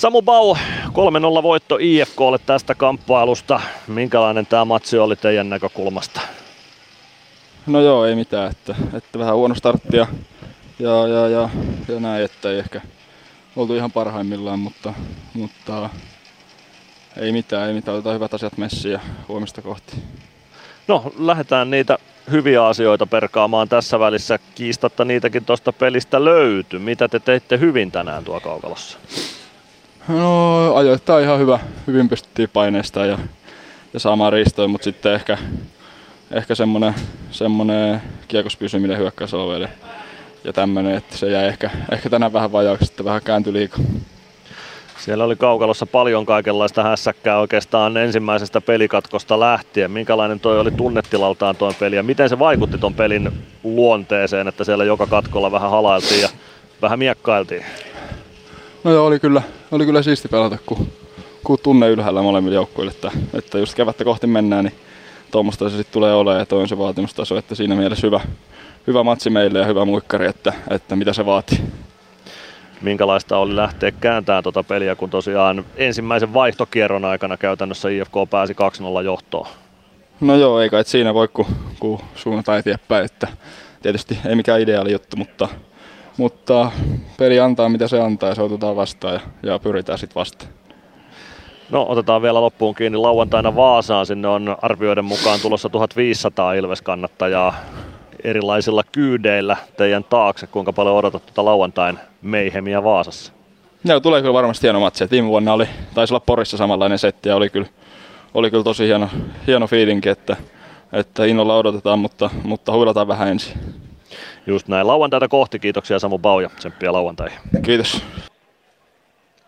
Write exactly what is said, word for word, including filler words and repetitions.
Samu Bau, kolme nolla voitto I F K:lle tästä kamppailusta. Minkälainen tämä matsi oli teidän näkökulmasta? No joo, ei mitään. Että, että vähän huono startti ja, ja, ja, ja, ja näin, että ei ehkä oltu ihan parhaimmillaan, mutta, mutta ei mitään, ei mitään. Otetaan hyvät asiat messiin ja huomista kohti. No, lähdetään niitä hyviä asioita perkaamaan tässä välissä. Kiistatta niitäkin tuosta pelistä löytyi. Mitä te teitte hyvin tänään tuo kaukalossa? No, ajoittain ihan hyvä. Hyvin pystyttiin paineista ja, ja saamaan riistoja, mutta sitten ehkä, ehkä semmoinen, semmoinen kiekossa pysyminen hyökkäysalueelle ja tämmöinen, että se jäi ehkä, ehkä tänään vähän vajaaksi, että vähän kääntyi liikaa. Siellä oli kaukalossa paljon kaikenlaista hässäkkää oikeastaan ensimmäisestä pelikatkosta lähtien. Minkälainen toi oli tunnetilaltaan tuo peli ja miten se vaikutti ton pelin luonteeseen, että siellä joka katkolla vähän halailtiin ja vähän miekkailtiin? No joo, oli kyllä, oli kyllä siisti pelata, kun, kun tunne ylhäällä molemmille joukkueille, että, että just kevättä kohti mennään, niin tuommoista se sitten tulee olemaan ja toi on se vaatimustaso, että siinä mielessä hyvä, hyvä matsi meille ja hyvä muikkari, että, että mitä se vaatii. Minkälaista oli lähteä kääntämään tuota peliä, kun tosiaan ensimmäisen vaihtokierron aikana käytännössä I F K pääsi kaksi nolla johtoon? No joo, ei kai siinä voi, kun, kun suunnataan eteenpäin, että tietysti ei mikään ideaali juttu, mutta, mutta peli antaa mitä se antaa ja se otetaan vastaan ja, ja pyritään sitten vastaan. No otetaan vielä loppuun kiinni lauantaina Vaasaan, sinne on arvioiden mukaan tulossa tuhatviisisataa Ilves-kannattajaa erilaisilla kyydeillä teidän taakse. Kuinka paljon odotat tuota lauantain meihemiä Vaasassa? Joo, tulee kyllä varmasti hieno matsi. Viime vuonna oli, taisi olla Porissa samanlainen setti ja oli kyllä, oli kyllä tosi hieno, hieno fiilinki, että, että innolla odotetaan, mutta, mutta huilataan vähän ensin. Just näin. Lauantaita kohti. Kiitoksia Samu Bau ja tsemppiä lauantaihin. Kiitos.